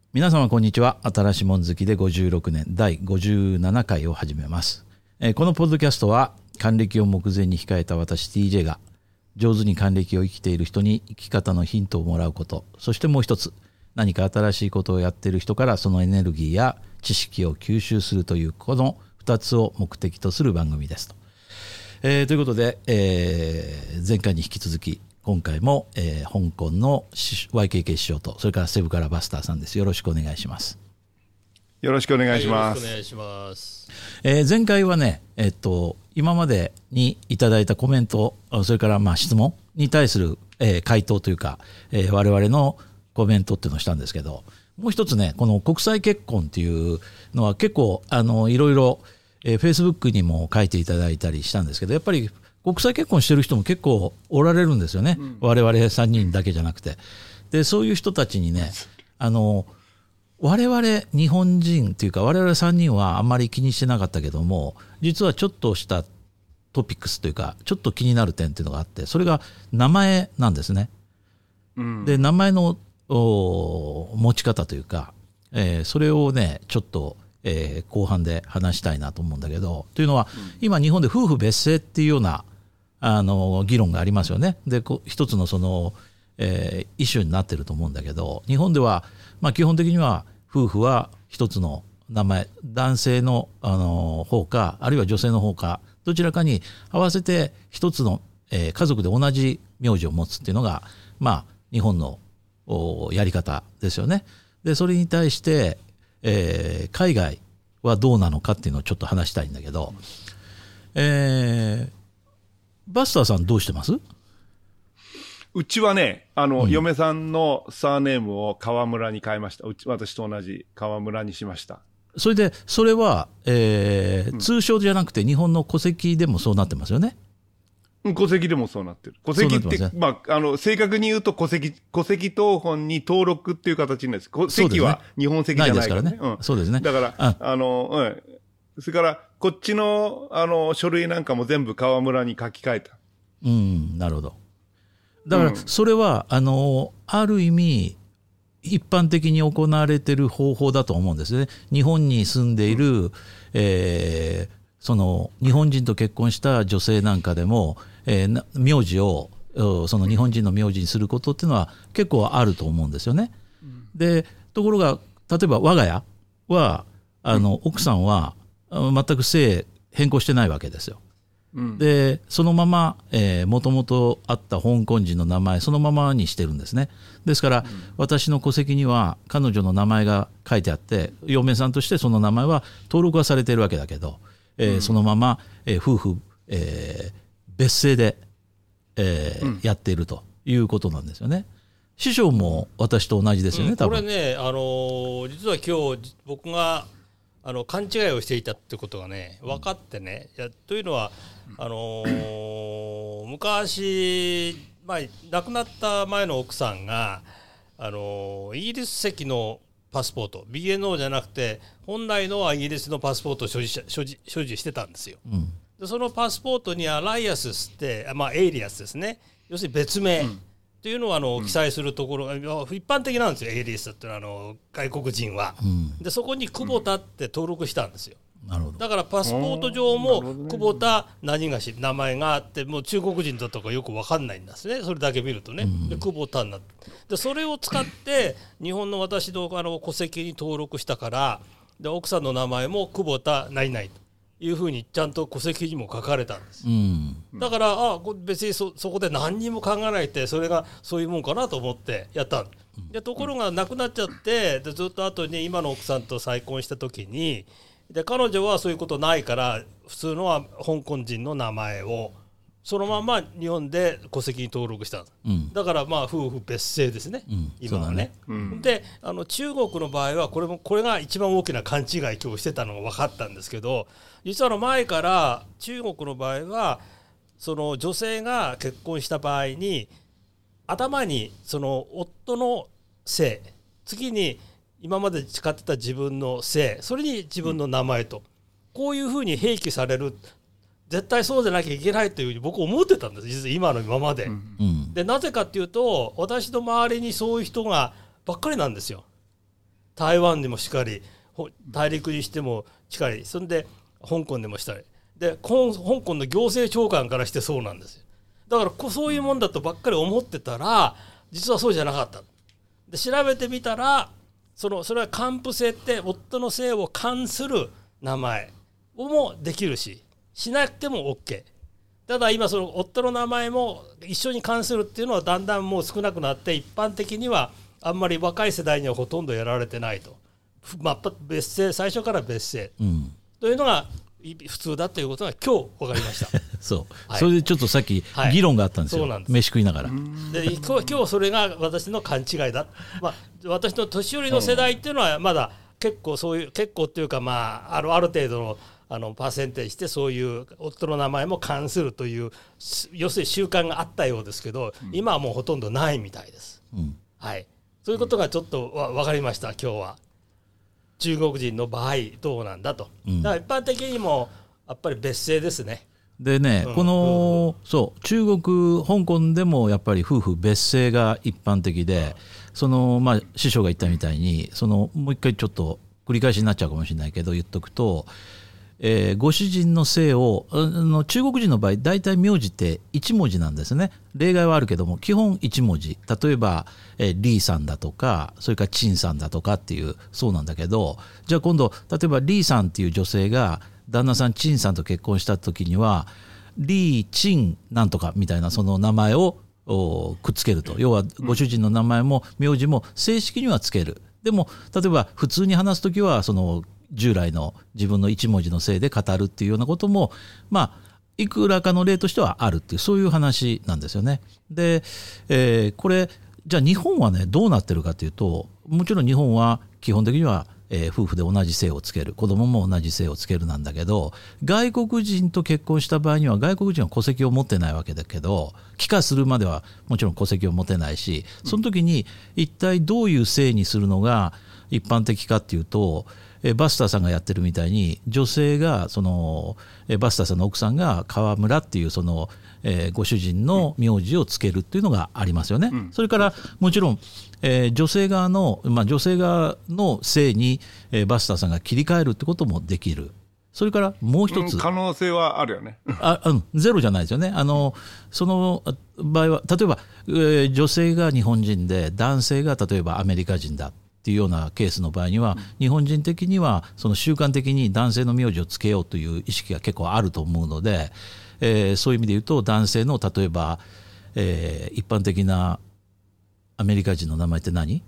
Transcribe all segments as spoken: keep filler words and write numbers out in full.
皆様こんにちは。新しいもん好きでごじゅうろくねんだいごじゅうななかいを始めます。えー、このポッドキャストは還暦を目前に控えた私 ティージェー が上手に還暦を生きている人に生き方のヒントをもらうこと、そしてもう一つ何か新しいことをやっている人からそのエネルギーや知識を吸収するというこのふたつを目的とする番組ですと、えー、ということで、えー、前回に引き続き今回も、えー、香港の ワイケーケー 師匠とそれからセブからバスターさんです。よろしくお願いします。 よろしくお願いします。 よろしくお願いします。 えー、前回はね、えっと、今までにいただいたコメント、それからまあ質問に対する、えー、回答というか、えー、我々のコメントっていうのをしたんですけど、もう一つね、この国際結婚っていうのは結構あのいろいろ、えー、Facebook にも書いていただいたりしたんですけど、やっぱり国際結婚してる人も結構おられるんですよね、うん、我々さんにんだけじゃなくて。でそういう人たちにね、あの我々日本人っていうか我々さんにんはあんまり気にしてなかったけども、実はちょっとしたトピックスというかちょっと気になる点っていうのがあって、それが名前なんですね、うん、で名前の持ち方というか、えー、それをねちょっとえー、後半で話したいなと思うんだけど、というのは、うん、今日本で夫婦別姓っていうようなあの議論がありますよね。でこ一つのその、えー、イシューになってると思うんだけど、日本では、まあ、基本的には夫婦は一つの名前、男性の、あの方かあるいは女性の方かどちらかに合わせて一つの、えー、家族で同じ名字を持つっていうのが、まあ、日本のやり方ですよね。でそれに対してえー、海外はどうなのかっていうのをちょっと話したいんだけど、えー、バスターさんどうしてます？ うちはね、あの、うん、嫁さんのサーネームを川村に変えました。うち私と同じ川村にしました。 それでそれは、えーうん、通称じゃなくて日本の戸籍でもそうなってますよね。 戸籍でもそうなってる。戸籍って、ね、まあ、あの、正確に言うと戸籍、戸籍謄本に登録っていう形になるんです。戸籍は日本籍じゃないからね。 うん、そうですね。 だから、あ, あの、うん。それから、こっちの、あの、書類なんかも全部川村に書き換えた。 うん、なるほど。だから、それは、うん、あの、ある意味、一般的に行われている方法だと思うんですね。日本に住んでいる、うん、えーその日本人と結婚した女性なんかでも、えー、名字をその日本人の名字にすることっていうのは結構あると思うんですよね。うん、でところが例えば我が家はあの、うん、奥さんは全く姓変更してないわけですよ。うん、でそのままもともとあった香港人の名前そのままにしてるんですね。ですから、うん、私の戸籍には彼女の名前が書いてあって嫁さんとしてその名前は登録はされているわけだけど、えーうん、そのまま、えー、夫婦、えー、別姓で、えーうん、やっているということなんですよね。師匠も私と同じですよね、うん、多分。 これね、あのー、実は今日僕があの勘違いをしていたってことがね分かってね、うん、いやというのはあのー、昔、まあ、亡くなった前の奥さんが、あのー、イギリス籍のパスポート ビーエヌオー じゃなくて本来のイギリスのパスポートを所持し所持所持してたんですよ、うん、でそのパスポートにアライアスって、まあ、エイリアスですね、要するに別名っていうのをあの、うん、記載するところが一般的なんですよ。エイリアスっていうのはあの外国人は、うん、でそこに久保田って登録したんですよ。なるほど。だからパスポート上も久保田何がし名前があって、もう中国人だとかよく分かんないんですね、それだけ見るとね、うん、で久保田になって、でそれを使って日本の私のあの戸籍に登録したから、で奥さんの名前も久保田何々というふうにちゃんと戸籍にも書かれたんです、うん、だからあ別に そ, そこで何にも考えないってそれがそういうもんかなと思ってやったんで、ところがなくなっちゃって、でずっと後に今の奥さんと再婚した時に、で彼女はそういうことないから普通のは香港人の名前をそのまま日本で戸籍に登録したんです、うん、だからまあ夫婦別姓ですね、うん、今はね、うん、であの中国の場合はこれもこれが一番大きな勘違い今日してたのが分かったんですけど、実はあの前から中国の場合はその女性が結婚した場合に頭にその夫の姓、次に今まで使ってた自分の姓、それに自分の名前と、こういうふうに併記される、絶対そうじゃなきゃいけないというふうに僕思ってたんです、実は今の今まで、うん、でなぜかっていうと私の周りにそういう人がばっかりなんですよ。 台湾でもしかり、大陸にしてもしかり、そんで香港でもしたりで、香港の行政長官からしてそうなんですよ。だからそういうもんだとばっかり思ってたら、実はそうじゃなかった。で調べてみたら、そのそれは還付制って夫の姓を冠する名前をもできるし、しなくても OK。 ただ今その夫の名前も一緒に冠するっていうのはだんだんもう少なくなって、一般的にはあんまり若い世代にはほとんどやられてないと、まあ、別姓、最初から別姓、うん、というのが普通だということが今日分かりましたそう、はい、それでちょっとさっき議論があったんですよ、はい、そうなんです。飯食いながらで今日、今日それが私の勘違いだ、まあ、私の年寄りの世代っていうのはまだ結構そういう結構っていうか、まあ、あるある程度のあのパーセンテージしてそういう夫の名前も冠するという要するに習慣があったようですけど、うん、今はもうほとんどないみたいです、うんはい、そういうことがちょっとわ分かりました。今日は中国人の場合どうなんだと、うん、だから一般的にもやっぱり別姓ですね。 でね、うん、このそう中国香港でもやっぱり夫婦別姓が一般的で、そのまあ師匠が言ったみたいに、そのもう一回ちょっと繰り返しになっちゃうかもしれないけど言っとくと、えー、ご主人の姓をあの中国人の場合大体名字っていち文字なんですね。例外はあるけども基本いち文字。例えば、えー、リーさんだとかそれからチンさんだとかっていうそうなんだけど、じゃあ今度例えばリーさんっていう女性が旦那さんチンさんと結婚した時にはリーチンなんとかみたいなその名前をくっつけると、要はご主人の名前も名字も正式にはつける。でも例えば普通に話す時はその従来の自分の一文字のせいで語るっていうようなこともまあいくらかの例としてはあるっていうそういう話なんですよね。で、えー、これじゃあ日本はねどうなってるかというと、もちろん日本は基本的には、えー、夫婦で同じ姓をつける、子供も同じ姓をつけるなんだけど、外国人と結婚した場合には外国人は戸籍を持ってないわけだけど、帰化するまではもちろん戸籍を持てないし、その時に一体どういう姓にするのが一般的かっていうと、バスターさんがやってるみたいに女性がそのバスターさんの奥さんが川村っていうそのご主人の名字をつけるっていうのがありますよね、うん、それからもちろん女性側の、まあ、女性側の姓にバスターさんが切り替えるってこともできる。それからもう一つ、 うん、可能性はあるよねあ、うん、ゼロじゃないですよね。あのその場合は例えば、えー、女性が日本人で男性が例えばアメリカ人だっていうようなケースの場合には、うん、日本人的にはその習慣的に男性の名字をつけようという意識が結構あると思うので、えー、そういう意味で言うと男性の例えば、えー、一般的なアメリカ人の名前って何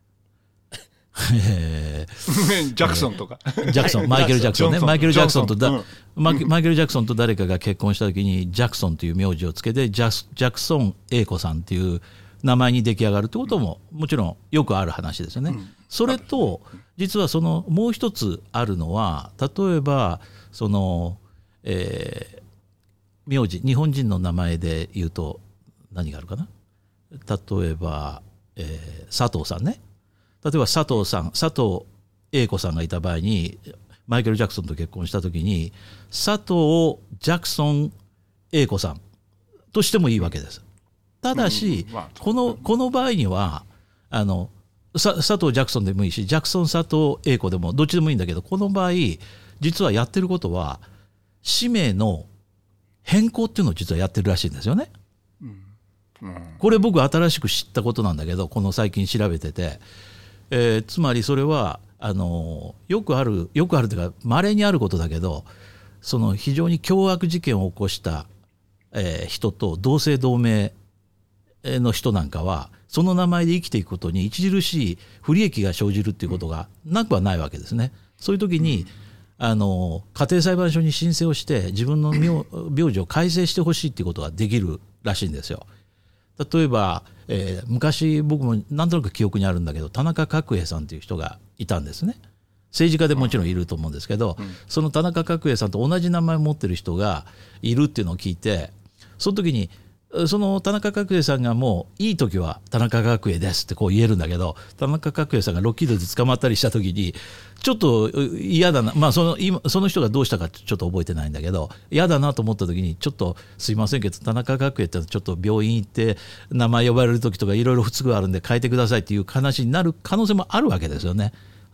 えー、ジャクソンとか、 ジャクソン、マイケル・ジャクソンね、マイケル・ジャクソンとだ、うん、マイケル・ジャクソンと誰かが結婚したときにジャクソンという名字をつけてジャス、ジャクソン英子さんという名前に出来上がるってことももちろんよくある話ですよね、うん、それと実はそのもう一つあるのは、例えばその、えー、名字日本人の名前で言うと何があるかな。例えば、えー、佐藤さんね。例えば佐藤さん、佐藤英子さんがいた場合にマイケル・ジャクソンと結婚したときに佐藤ジャクソン英子さんとしてもいいわけです。ただし、うんまあ、このこの場合にはあの佐藤ジャクソンでもいいしジャクソン佐藤英子でもどっちでもいいんだけど、この場合実はやってることは氏名の変更っていうのを実はやってるらしいんですよね、うんうん、これ僕新しく知ったことなんだけど、この最近調べてて、えー、つまりそれはあのよくあるよくあるというか稀にあることだけど、その非常に凶悪事件を起こした、えー、人と同姓同名の人なんかはその名前で生きていくことに著しい不利益が生じるっていうことがなくはないわけですね。そういう時にあの家庭裁判所に申請をして自分の 名, 名字を改正してほしいっていうことができるらしいんですよ。例えば、えー、昔僕もなんとなく記憶にあるんだけど田中角栄さんという人がいたんですね。政治家でもちろんいると思うんですけど、うん、その田中角栄さんと同じ名前を持ってる人がいるっていうのを聞いて、その時にその田中角栄さんがもういい時は田中角栄ですってこう言えるんだけど、田中角栄さんがロッキードで捕まったりした時にちょっと嫌だな、まあその今その人がどうしたかちょっと覚えてないんだけど、嫌だなと思った時にちょっとすいませんけど田中角栄ってちょっと病院行って名前呼ばれる時とかいろいろ不都合あるんで変えてくださいっていう話になる可能性もあるわけですよね。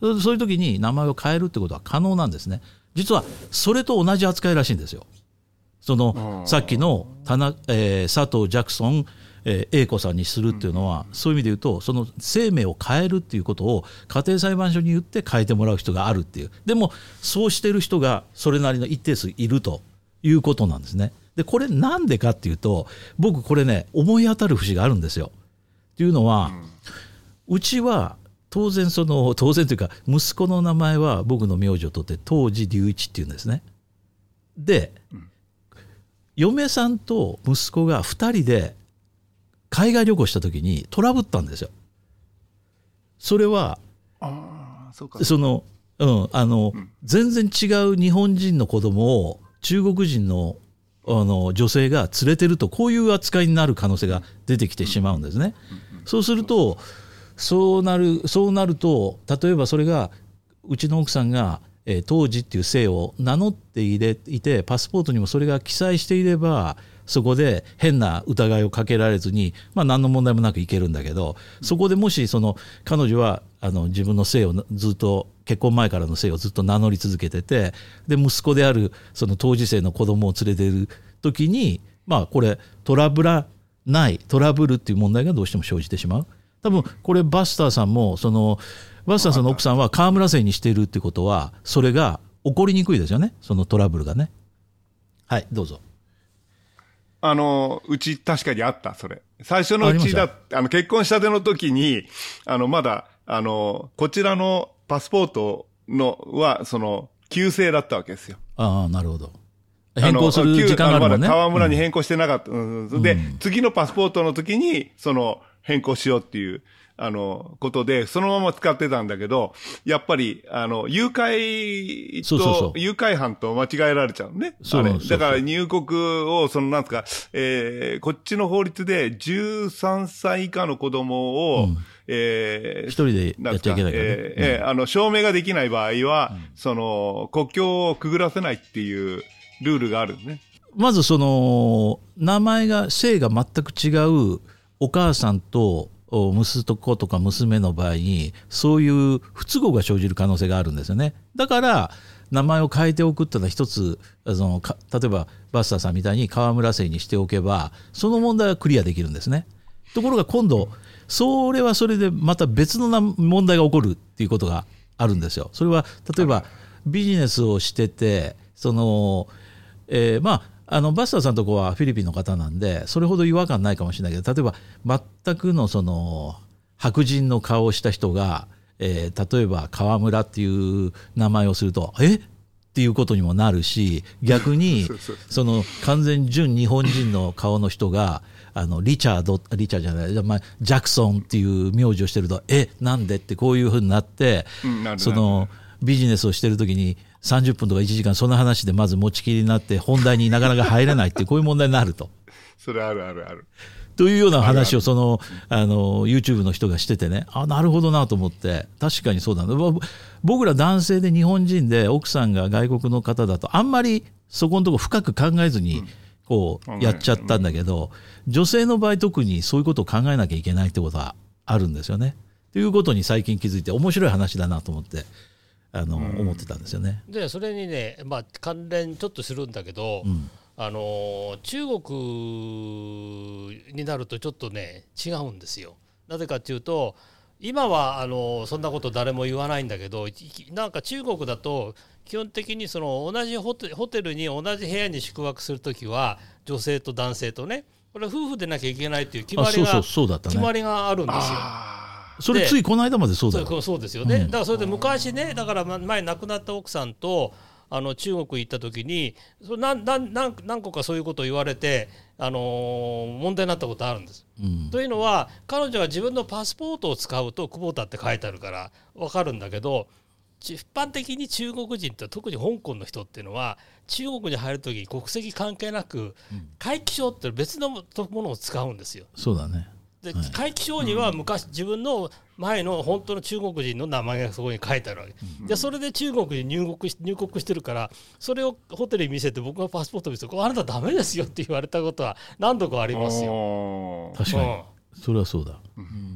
そういう時に名前を変えるってことは可能なんですね。実はそれと同じ扱いらしいんですよ。そのさっきの田中、えー、佐藤ジャクソン、えー、英子さんにするっていうのは、うん、そういう意味で言うとその生命を変えるっていうことを家庭裁判所に言って変えてもらう人があるっていう。でもそうしてる人がそれなりの一定数いるということなんですね。でこれなんでかっていうと、僕これね思い当たる節があるんですよ。っていうのは、うん、うちは当然その当然というか息子の名前は僕の名字を取って当時隆一っていうんですね。で、うん、嫁さんと息子がふたりで海外旅行した時にトラブったんですよ。それはあそうかその、うんあのうん、全然違う日本人の子供を中国人のあの女性が連れてるとこういう扱いになる可能性が出てきてしまうんですね。そうするとそうなるそうなると例えばそれがうちの奥さんが、えー、当時っていう姓を名乗っていれいてパスポートにもそれが記載していればそこで変な疑いをかけられずに、まあ、何の問題もなくいけるんだけど、そこでもしその彼女はあの自分の姓をずっと結婚前からの姓をずっと名乗り続けてて、で息子であるその当時姓の子供を連れている時に、まあこれトラブらないトラブルっていう問題がどうしても生じてしまう。多分これバスターさんもそのバスターさんの奥さんは川村姓にしているっていうことはそれが起こりにくいですよね、そのトラブルがね。はいどうぞ。 あのうち確かにあったそれ最初のうちだあの結婚したての時にあのまだあのこちらのパスポートのはその旧姓だったわけですよ。 ああなるほど。変更する時間があるもんね。 まだ川村に変更してなかった、うんうん、で、うん、次のパスポートの時にその変更しようっていうあのことでそのまま使ってたんだけど、やっぱりあの誘拐とそうそうそう誘拐犯と間違えられちゃうね。 そうそうそうだから入国をそのなんですか、えー、こっちの法律でじゅうさんさい以下の子供を、うんえー、一人でやっちゃいけないからね、 えーうん、えー、あの証明ができない場合は、うん、その国境をくぐらせないっていうルールがあるね。 まずその名前が姓が全く違うお母さんと息子とか娘の場合にそういう不都合が生じる可能性があるんですよね。だから名前を変えておくっていうのは一つその例えばバスターさんみたいに川村姓にしておけばその問題はクリアできるんですね。ところが今度それはそれでまた別の問題が起こるっていうことがあるんですよ。それは例えばビジネスをしててその、えー、まああのバスターさんのとこはフィリピンの方なんでそれほど違和感ないかもしれないけど、例えば全くのその白人の顔をした人が、えー、例えば川村っていう名前をするとえっていうことにもなるし、逆にその完全純日本人の顔の人があのリチャードリチャーじゃない、まあ、ジャクソンっていう名字をしてるとえなんでってこういうふうになって、うん、そのビジネスをしてる時にさんじゅっぷんとかいちじかんその話でまず持ちきりになって本題になかなか入れないっていうこういう問題になるとそれあるあるあるというような話をそのあの YouTube の人がしててね、あなるほどなと思って、確かにそうだな。僕ら男性で日本人で奥さんが外国の方だとあんまりそこのとこ深く考えずにこうやっちゃったんだけど、女性の場合特にそういうことを考えなきゃいけないってことはあるんですよね。ということに最近気づいて面白い話だなと思ってあの、うん、思ってたんですよね。 でそれにね、まあ、関連ちょっとするんだけど、うん、あの中国になるとちょっとね違うんですよ。なぜかっていうと今はあのそんなこと誰も言わないんだけど、なんか中国だと基本的にその同じホテ、ホテルに同じ部屋に宿泊するときは女性と男性とねこれは夫婦でなきゃいけないっていう決まりが、そうそうそうだったね、決まりがあるんですよ。 それついこの間までそうだよ。 そう、そうですよね、うん、だからそれで昔ね、だから前亡くなった奥さんとあの中国行った時にそれ何, 何, 何, 何個かそういうことを言われて、あのー、問題になったことあるんです、うん、というのは彼女が自分のパスポートを使うと久保田って書いてあるから分かるんだけど、一般的に中国人って特に香港の人っていうのは中国に入る時に国籍関係なく回帰証って別のものを使うんですよ。 そうだね。 で回帰証には昔、うん、自分の前の本当の中国人の名前がそこに書いてあるわけ、うん、でそれで中国に入国し、入国してるからそれをホテルに見せて僕がパスポート見せてあなたダメですよって言われたことは何度かありますよ。 確かに、うん、それはそうだ、うん、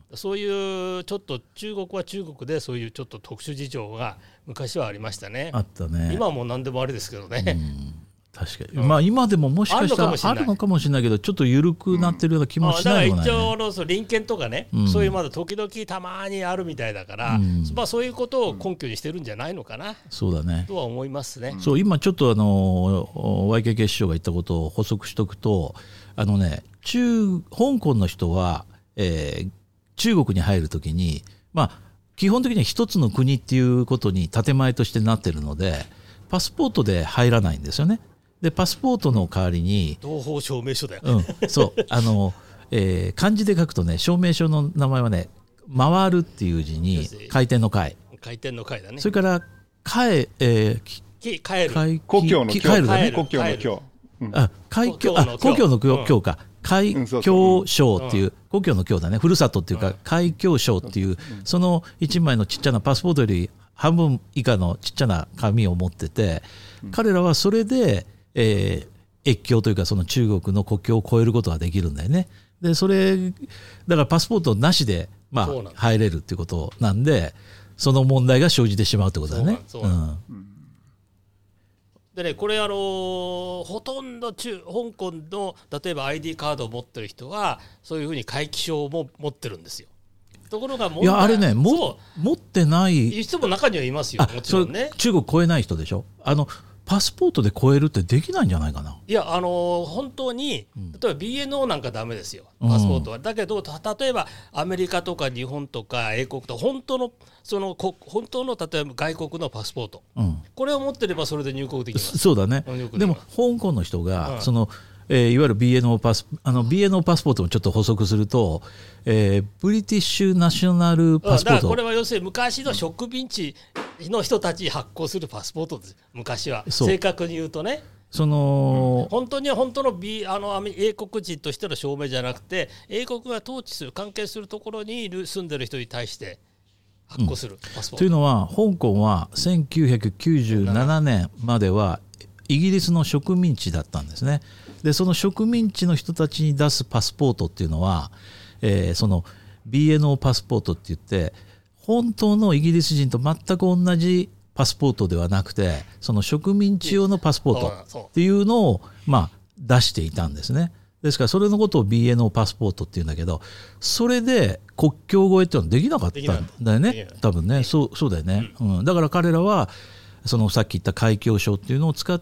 そういうちょっと中国は中国でそういうちょっと特殊事情が昔はありましたね。 あったね。 今はもう何でもあれですけどね。 うん確かに、うん、まあ今でももしかしたらあるのかもしれないけどちょっと緩くなってるような気もしないでもない、ね、 だから一応のその隣県とかね、うん、そういうまだ時々たまにあるみたいだから、うん、まあそういうことを根拠にしてるんじゃないのかな、うん、 そうだねとは思いますね。 そう今ちょっとあの ワイケーケー 師匠が言ったことを補足しとくとあのね中香港の人は、えー、中国に入るときにまあ基本的には一つの国っていうことに建前としてなってるのでパスポートで入らないんですよね。でパスポートの代わりに同胞証明書だよ、 うん、そうあの、えー、漢字で書くとね証明書の名前はね回るっていう字に回転の回回転の回だね。 それから帰、えー、帰る故郷の帰るだね故郷の郷、 うん、あ海峡あ故郷の郷、うん、か海峡省っていう、うん、故郷の郷だねふるさとっていうか、うん、海峡省っていう、うん、その一枚のちっちゃなパスポートより半分以下のちっちゃな紙を持ってて、うん、彼らはそれでえー、越境というかその中国の国境を越えることができるんだよね。でそれだからパスポートなしで、まあ、入れるっていうことなんでその問題が生じてしまうってことだね。 そうなんそうなん、うん、でねこれあのー、ほとんど中香港の例えば アイディー カードを持ってる人はそういうふうに回帰証も持ってるんですよ。ところが問題いやあれねも持ってない人も中にはいますよ。もちろんね中国越えない人でしょ。あのパスポートで超えるってできないんじゃないかな。 いやあのー、本当に例えば ビーエヌオー なんかダメですよパスポートは、うん、だけど例えばアメリカとか日本とか英国とか本当のその本当の例えば外国のパスポート、うん、これを持ってればそれで入国できます。 そうだね。でも香港の人が、うん、そのえー、いわゆる ビーエヌオー パスあの ビーエヌオー パスポートもちょっと補足すると、えー、ブリティッシュナショナルパスポート、うん、だからこれは要するに昔の植民地の人たちに発行するパスポートです。昔は正確に言うとねその、 うん、本当に本当の、B、あの英国人としての証明じゃなくて英国が統治する関係するところにいる住んでる人に対して発行するパスポート、 うん、というのは香港はせんきゅうひゃくきゅうじゅうななねんまではイギリスの植民地だったんですね。でその植民地の人たちに出すパスポートっていうのは、えー、その ビーエヌオー パスポートって言って本当のイギリス人と全く同じパスポートではなくてその植民地用のパスポートっていうのを、まあ、出していたんですね。ですからそれのことを ビーエヌオー パスポートっていうんだけどそれで国境越えっていうのはできなかったんだよね多分ね。そう、そうだよね、うん、だから彼らはそのさっき言った海峡省っていうのを使って、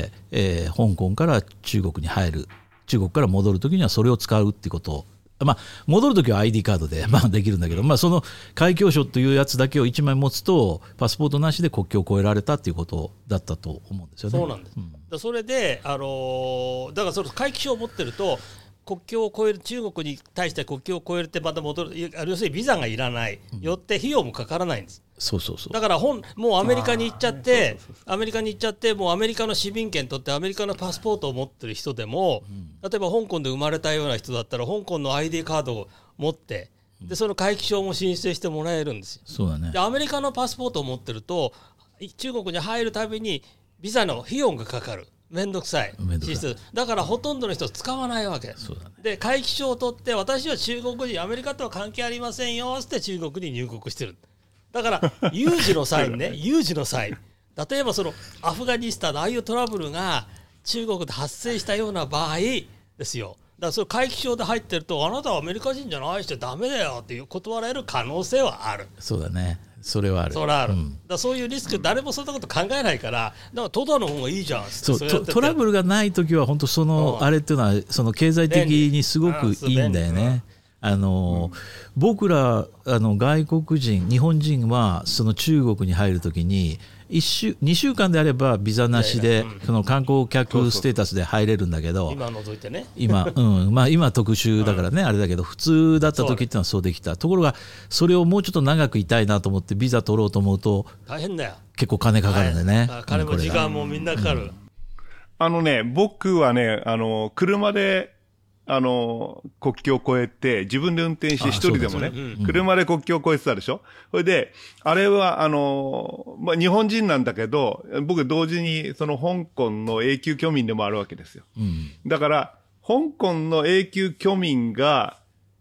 えー、香港から中国に入る中国から戻るときにはそれを使うっていうことを、まあ、戻るときは アイディー カードで、まあ、できるんだけど、まあ、その海峡省というやつだけをいちまい持つとパスポートなしで国境を越えられたっていうことだったと思うんですよね。 そうなんです、うん、だそれで、あのー、だからその海峡省を持ってると国境を越える中国に対して国境を越えるってまた戻る要するにビザがいらない、うん、よって費用もかからないんです。 そうそうそう。 だから本もうアメリカに行っちゃってアメリカに行っちゃってもうアメリカの市民権取ってアメリカのパスポートを持ってる人でも、うん、例えば香港で生まれたような人だったら香港の アイディー カードを持ってでその回帰証も申請してもらえるんですよ。 そうだね。 でアメリカのパスポートを持ってると中国に入るたびにビザの費用がかかる。めんどくさいだからほとんどの人使わないわけ。 そうだね。 で回帰証を取って私は中国にアメリカとは関係ありませんよって中国に入国してる。だから有事の際にね有事の際例えばそのアフガニスタンのああいうトラブルが中国で発生したような場合ですよ。だからそれ回帰証で入ってるとあなたはアメリカ人じゃない人ダメだよっていう断られる可能性はある。 そうだね。それはある。 それはある、うん、だそういうリスク誰もそんなこと考えないからだからトダの方がいいじゃん。 そうそうトラブルがないときは本当その、うん、あれっていうのはその経済的にすごくいいんだよね。あの、うん、僕らあの外国人日本人はその中国に入るときにいっ週にしゅうかんであればビザなしで、うん、その観光客ステータスで入れるんだけど今除いてね今、うんまあ、今特殊だからね、うん、あれだけど普通だった時っていうのはそうできた。ところがそれをもうちょっと長くいたいなと思ってビザ取ろうと思うと大変だよ。 結構金かかるんでね、 はい、金も時間もみんなかかる、うん、 あのね僕はねあの車であの、国境を越えて、自分で運転して一人でもね、うん、車で国境を越えてたでしょ。それで、あれは、あの、まあ、日本人なんだけど、僕同時にその香港の永久居民でもあるわけですよ。うん、だから、香港の永久居民が、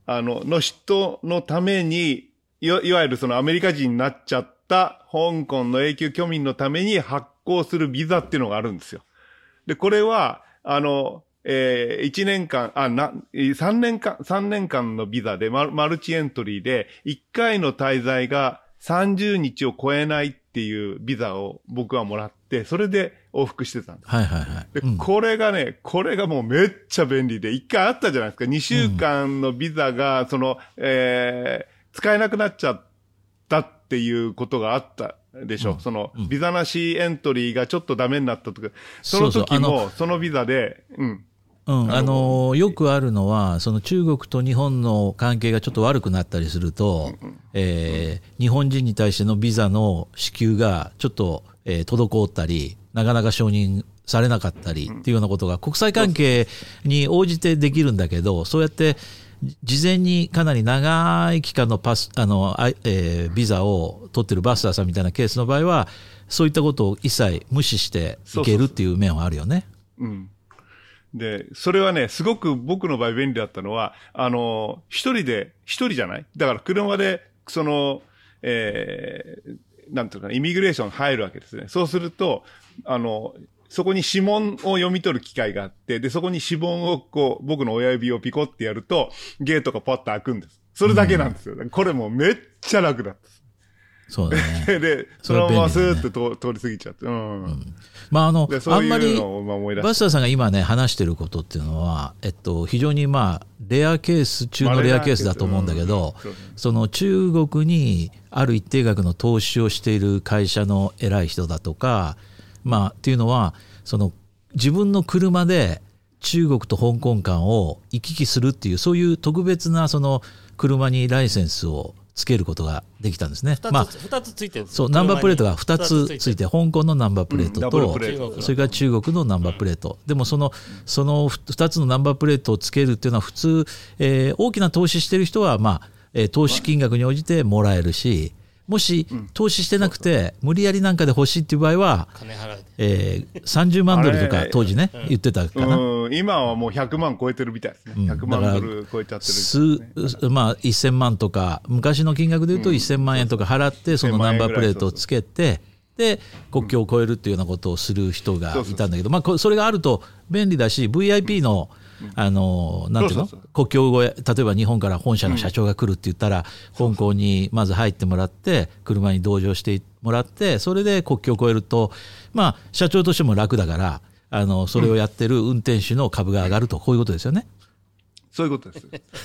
あの、の人のために、いわ、いわゆるそのアメリカ人になっちゃった香港の永久居民のために発行するビザっていうのがあるんですよ。で、これは、あの、えー、いちねんかん、あ、な、さんねんかん、さんねんかんのビザでマル、マルチエントリーで、いっかいの滞在がさんじゅうにちを超えないっていうビザを僕はもらって、それで往復してたんです。 はいはいはい。 で、うん、これがね、これがもうめっちゃ便利で、いっかいあったじゃないですか。にしゅうかんのビザが、その、えー、使えなくなっちゃったっていうことがあったでしょ。うん、その、ビザなしエントリーがちょっとダメになったとか、その時も、そうそう、そのビザで、うん。 うん、あのよくあるのはその中国と日本の関係がちょっと悪くなったりすると、えー、日本人に対してのビザの支給がちょっと、えー、滞ったりなかなか承認されなかったりっていうようなことが国際関係に応じてできるんだけど、そうやって事前にかなり長い期間のパスあの、えー、ビザを取ってるバスターさんみたいなケースの場合はそういったことを一切無視していけるっていう面はあるよね。 そうそうそう、うんで、それはね、すごく僕の場合便利だったのは、あの、一人で、一人じゃない？だから車で、その、えー、なんていうかな、イミグレーション入るわけですね。そうすると、あの、そこに指紋を読み取る機会があって、で、そこに指紋をこう、僕の親指をピコってやると、ゲートがパッと開くんです。それだけなんですよ。うん、これもめっちゃ楽だった。 そうだね。 で、そのままスーッと通り過ぎちゃって。うん。うん、 まあ、あの、あんまり、バスターさんが今ね、話してることっていうのは、えっと、非常にまあ、レアケース中のレアケースだと思うんだけど、まあうん、その中国にある一定額の投資をしている会社の偉い人だとか、まあ、っていうのは、その、自分の車で中国と香港間を行き来するっていう、そういう特別な、その、車にライセンスをつけることができたんですね。 ふたつ、まあ、ふたつついてるんです。 そう、ナンバープレートがふたつついて、香港のナンバープレートと、うん、それから中国のナンバープレート。でもその、そのふたつのナンバープレートをつけるっていうのは普通、えー、大きな投資してる人は、まあ、えー、投資金額に応じてもらえるし、もし投資してなくて無理やりなんかで欲しいっていう場合は、えー、さんじゅうまんドルとか当時ね、言ってたかな。 うん、今はもうひゃくまん超えてるみたいですね。ひゃくまんドル超えちゃってる、 ね。数、まあせんまんとか、昔の金額で言うとせんまんえんとか払って、そのナンバープレートをつけて、で、国境を越えるっていうようなことをする人がいたんだけど、まあそれがあると便利だし、ブイアイピー の、あのなんていうの、そうそうそう、国境越え、例えば日本から本社の社長が来るって言ったら、うん、香港にまず入ってもらって車に同乗してもらって、それで国境を越えると、まあ社長としても楽だから、あのそれをやってる運転手の株が上がると、こういうことですよね。 そういうことです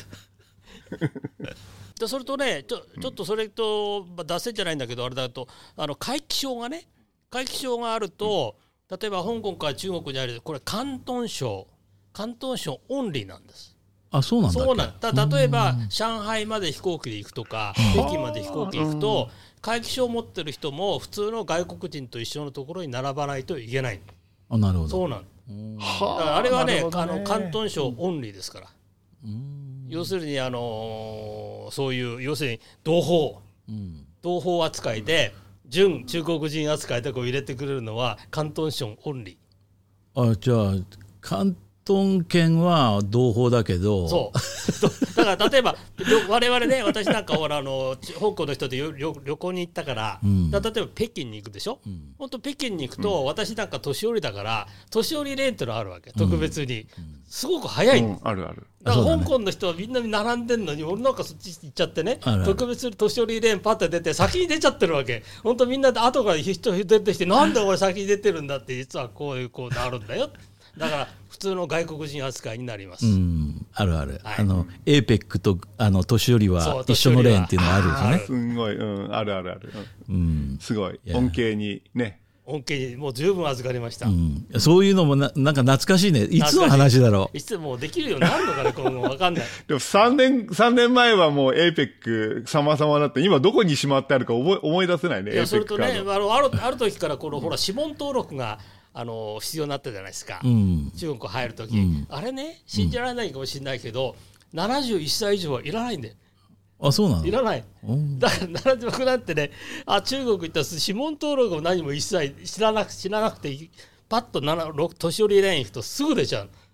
でそれとね、ちょ、ちょっとそれと、まあ、脱線じゃないんだけど、あれだと、あの回帰証がね、回帰証があると、うん、例えば香港から中国にある、これ広東省広東省オンリーなんです。 あ、そうなんだっけ。 そうなんだ。例えば上海まで飛行機で行くとか、北京まで飛行機行くと、回帰証を持ってる人も普通の外国人と一緒のところに並ばないといけない。 あ、なるほど。 そうなんだ。だからあれはね、ね、あの広東省オンリーですから。要するにあのー、そういう要するに同胞、うん、同胞扱いで準中国人扱いでこう入れてくれるのは広東省オンリー。あ、じゃあ広東圏は同胞だけど、 そうだから例えば我々ね、私なんかほらあの香港の人で旅行に行ったから、うん、例えば北京に行くでしょ、うん、本当北京に行くと、うん、私なんか年寄りだから年寄りレーンってのあるわけ、特別に、うん、すごく早いんです、 うん、あるある。 だから香港の人はみんなに並んでんのに、俺なんかそっち行っちゃってね、特別年寄りレーンパッて出て先に出ちゃってるわけ。本当みんなで後から人出てきて、なんで俺先に出てるんだって、実はこういうこうなるんだよ。だから普通の外国人扱いになります。 うん、あるある。はい、あの エーペック とあの年寄りは一緒のレーンっていうのがあるんですね。 すごい、うん、あるあるある。うん、すごい恩恵にね。 恩恵にもう十分預かりました。 うん、そういうのも な, なんか懐かしいね。いつの話だろう。 いつもうできるようになるのかね、今後わかんない。 でもさんねんさんねんまえはもう エーペック 様々だって、今どこにしまってあるか思い思い出せないね。 いやそれとね、あのあるある時からこのほら指紋登録があの必要になったじゃないですか、うん、中国入るとき、うん、あれね信じられないかもしれないけど、うん、ななじゅういっさい以上はいらないんだよ。 あ、そうなの。 いらない。だからななじゅう僕なんてね、あ中国行ったら指紋登録も何も一切知らなく知らなくてパッとなな年寄りレーン行くとすぐ出ちゃう。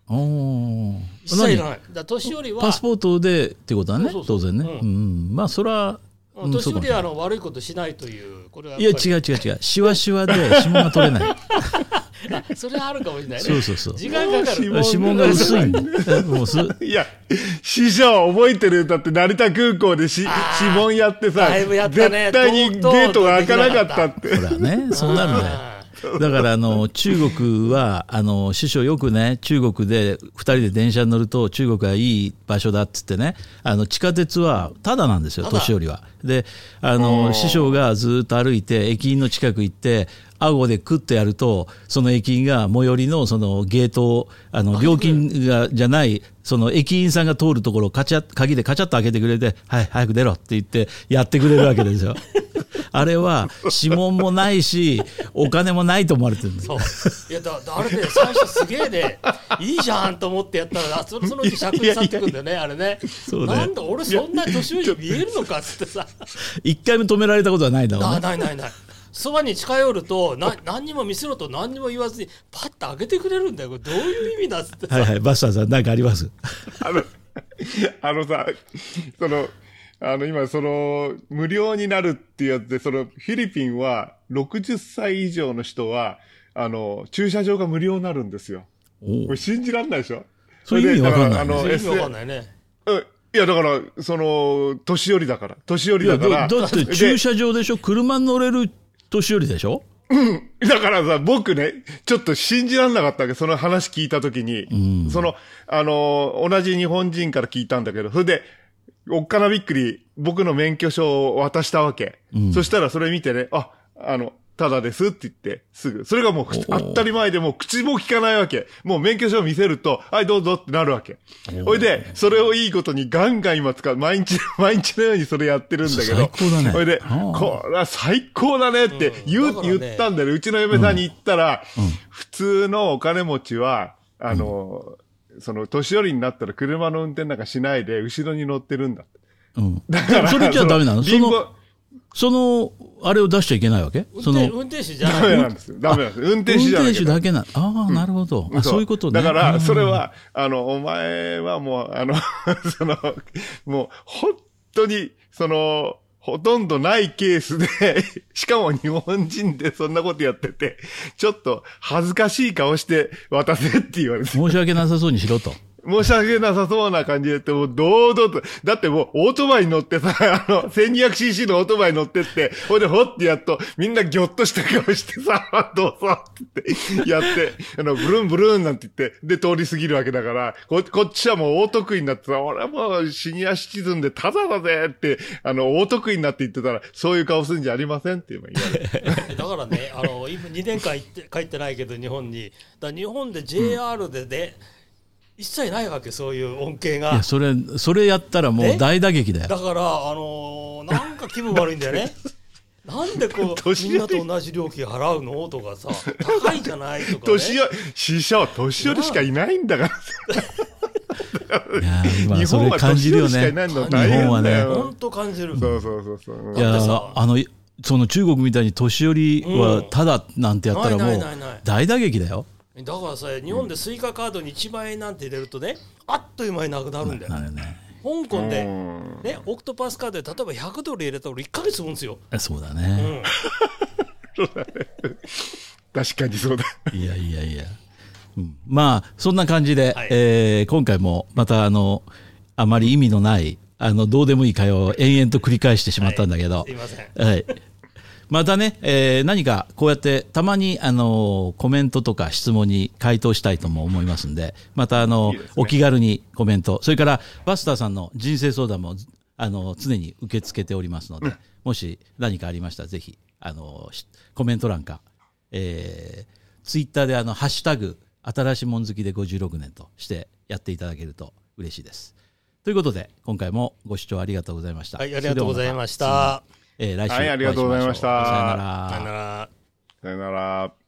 お一切いらない。だ年寄りはパスポートでってことだね。 そうそうそう当然ね、 うんうん、まあそれは、うん、 年寄りはあの悪いことしないというこれはやいっぱりや違う違う違うシワシワで指紋が取れないそれはあるかもしれないね。 そうそうそう、 時間かかる。 指紋が薄いんだもうすいや、師匠覚えてる？だって成田空港でし指紋やってさ、 だいぶやったね絶対にゲートが開かなかったって。 ほらね、そうなるんだよ。だからあの中国はあの師匠よくね、中国でふたりで電車に乗ると中国はいい場所だっつってね、あの地下鉄はタダなんですよ、年寄りは。であの師匠がずっと歩いて駅員の近く行って顎でクッとやると、その駅員が最寄りのそのゲートをあの料金がじゃないその駅員さんが通るところをカチャ鍵でカチャッと開けてくれて、はい早く出ろって言ってやってくれるわけですよ。あれは指紋もないしお金もないと思われてるんです。 そういやだあれで最初すげえねいいじゃんと思ってやったらそのそのうちしゃくり去ってくんだよねあれね。 そうね、 なんだ俺そんな年寄りに見えるのかっつってさ一回も止められたことはないだろうね。 ないないないそばに近寄るとな何にも見せろと何にも言わずにパッと開けてくれるんだよ。これどういう意味だっつってさはいはいバスターさん何かあります？ あの、あのさ、その、あの今その無料になるっていうやつで、そのフィリピンはろくじゅっさい以上の人はあの駐車場が無料になるんですよ。これ信じらんないでしょ。 そういう意味わかんない、ね、 そういう意味わかんないね。 いやだからその年寄りだから年寄りだからだって駐車場でしょ、車乗れる年寄りでしょ。 うんだからさ僕ねちょっと信じらんなかったわけ、その話聞いたときに、うん、そのあの同じ日本人から聞いたんだけど、それでおっかなびっくり僕の免許証を渡したわけ、うん、そしたらそれ見てね、ああのただですって言ってすぐそれがもう当たり前でもう口も聞かないわけ。もう免許証を見せるとはいどうぞってなるわけ。ほいでそれをいいことにガンガン今使う、毎日毎日のようにそれやってるんだけど、 最高だね。 ほいでこれは最高だねって言う、うんね、言ったんだよね。うちの嫁さんに言ったら、うんうん、普通のお金持ちはあの、うん、その年寄りになったら車の運転なんかしないで後ろに乗ってるんだって。 うん、だからそれじゃダメなの？そのそのあれを出しちゃいけないわけ？ 運その運転手じゃない。 ダメなんですよ。ダメなんです。運転手じゃない。 運転手だけな。ああ、なるほど。うん、あ、そういうことね。 だからそれはあのお前はもうあのそのもう本当にそのほとんどないケースでしかも日本人でそんなことやっててちょっと恥ずかしい顔して渡せって言われて。 申し訳なさそうにしろと。 申し訳なさそうな感じで言って、もう堂々と、だってもうオートバイに乗ってさ、あの、せんにひゃくシーシー のオートバイに乗ってって、ほいでほってやっと、みんなギョッとした顔してさ、どうぞって言って、やって、あの、ブルーンブルーンなんて言って、で通り過ぎるわけだから、こ、こっちはもう大得意になってさ、俺はもうシニアシチズンでタダだぜって、あの、大得意になって言ってたら、そういう顔するんじゃありませんって言われて。 だからね、あの、今にねんかん行って帰ってないけど、日本に。だから日本で ジェイアール でね、うん一切ないわけ、そういう恩恵が。 いやそれそれやったらもう大打撃だよ。 だからあのー、なんか気分悪いんだよね。なんでこうみんなと同じ料金払うのとかさ、高いじゃないとかね。 年寄り師匠年寄りしかいないんだからさ。 いや今それ感じるよね。日本はね。 本当感じる。 そうそうそうそう。 いやあのその中国みたいに年寄りはただなんてやったらもう大打撃だよ。 だからさ日本でスイカカードにいちまんえんなんて入れるとね、あっという間になくなるんだよ。 なるね。 香港で、ね、オクトパスカードで例えばひゃくドル入れたら俺いっかげつ分ですよ。 そうだね、 うん、そうだね確かにそうだ。 いやいやいや、うん、まあそんな感じで、はいえー、今回もまたあのあまり意味のないあのどうでもいい会話を延々と繰り返してしまったんだけど、 はい、すいません、 はいまたね、えー、何かこうやってたまにあのコメントとか質問に回答したいとも思いますんで、またあのいいですね、お気軽にコメント、それからバスターさんの人生相談もあの常に受け付けておりますので、うん、もし何かありましたらぜひあのコメント欄か、えー、ツイッターであのハッシュタグ新しいもん好きでごじゅうろくねんとしてやっていただけると嬉しいです。ということで今回もご視聴ありがとうございました。 はい、ありがとうございました。 えー、来週お会いしましょう。 はい、ありがとうございました。 さよなら。 さよなら。 さよなら。